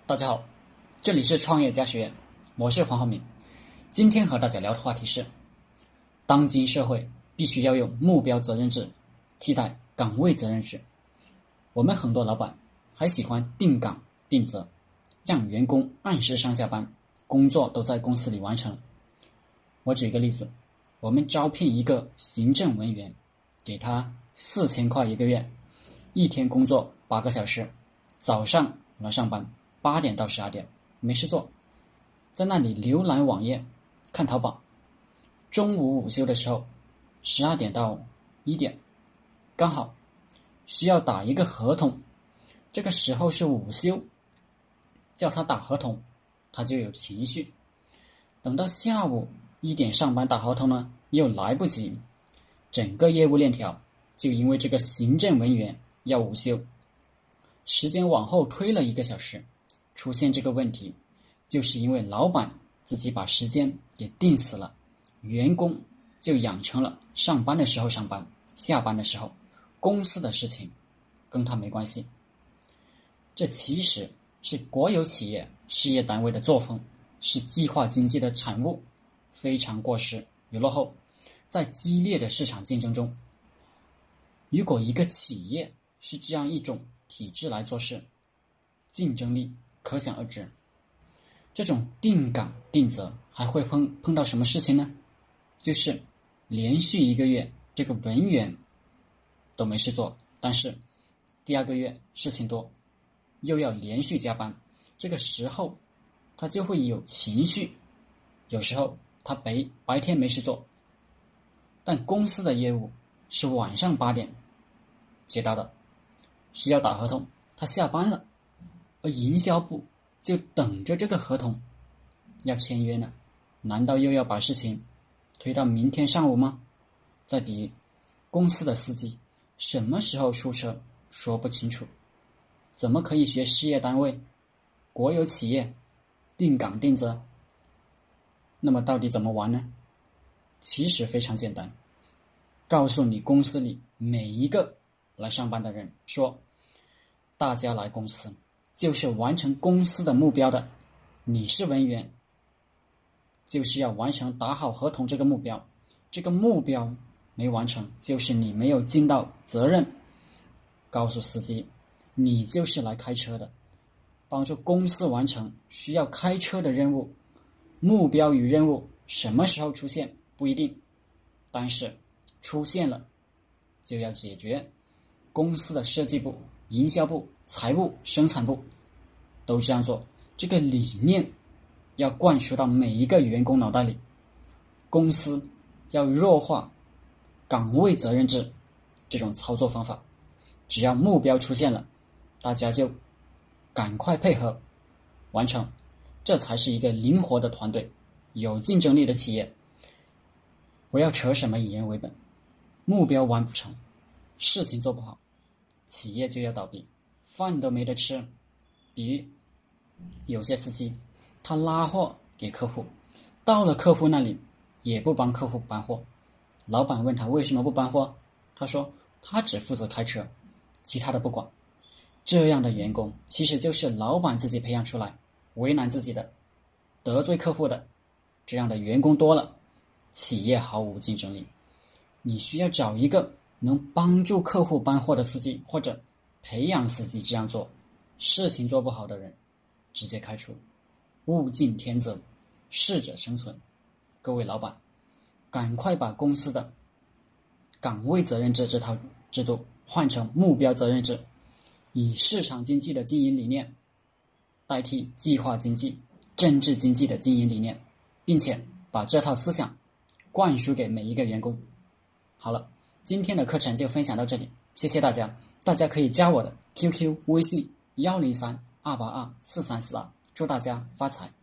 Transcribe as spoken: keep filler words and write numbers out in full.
大家好，这里是创业家学院，我是黄浩明。今天和大家聊的话题是，当今社会必须要用目标责任制替代岗位责任制。我们很多老板还喜欢定岗定责，让员工按时上下班，工作都在公司里完成。我举一个例子，我们招聘一个行政文员，给他四千块一个月，一天工作八个小时，早上来上班，八点到十二点，没事做，在那里浏览网页，看淘宝。中午午休的时候，十二点到一点，刚好需要打一个合同，这个时候是午休，叫他打合同，他就有情绪。等到下午一点上班打合同呢，又来不及，整个业务链条就因为这个行政文员要午休，时间往后推了一个小时。出现这个问题，就是因为老板自己把时间给定死了，员工就养成了上班的时候上班，下班的时候公司的事情跟他没关系。这其实是国有企业事业单位的作风，是计划经济的产物，非常过时与落后。在激烈的市场竞争中，如果一个企业是这样一种体制来做事，竞争力可想而知。这种定岗定责还会碰碰到什么事情呢？就是连续一个月这个文员都没事做，但是第二个月事情多，又要连续加班，这个时候他就会有情绪。有时候他白白天没事做，但公司的业务是晚上八点接到的，需要打合同，他下班了，而营销部就等着这个合同要签约呢，难道又要把事情推到明天上午吗？再比公司的司机什么时候出车说不清楚，怎么可以学事业单位国有企业定岗定责？那么到底怎么玩呢？其实非常简单，告诉你公司里每一个来上班的人说，大家来公司就是完成公司的目标的，你是文员，就是要完成打好合同这个目标，这个目标没完成，就是你没有尽到责任。告诉司机，你就是来开车的，帮助公司完成需要开车的任务，目标与任务什么时候出现不一定，但是出现了就要解决。公司的设计部、营销部、财务、生产部都这样做，这个理念要灌输到每一个员工脑袋里。公司要弱化岗位责任制这种操作方法，只要目标出现了，大家就赶快配合完成，这才是一个灵活的团队，有竞争力的企业。不要扯什么以人为本，目标完不成，事情做不好，企业就要倒闭，饭都没得吃。比如有些司机他拉货给客户，到了客户那里也不帮客户搬货，老板问他为什么不搬货，他说他只负责开车，其他的不管。这样的员工其实就是老板自己培养出来，为难自己的，得罪客户的。这样的员工多了，企业毫无竞争力。你需要找一个能帮助客户搬货的司机，或者培养司机这样做，事情做不好的人直接开除。物竞天择，适者生存。各位老板，赶快把公司的岗位责任制这套制度换成目标责任制，以市场经济的经营理念代替计划经济、政治经济的经营理念，并且把这套思想灌输给每一个员工。好了，今天的课程就分享到这里，谢谢大家。大家可以加我的 Q Q 微信一零三二八二四三四二，祝大家发财。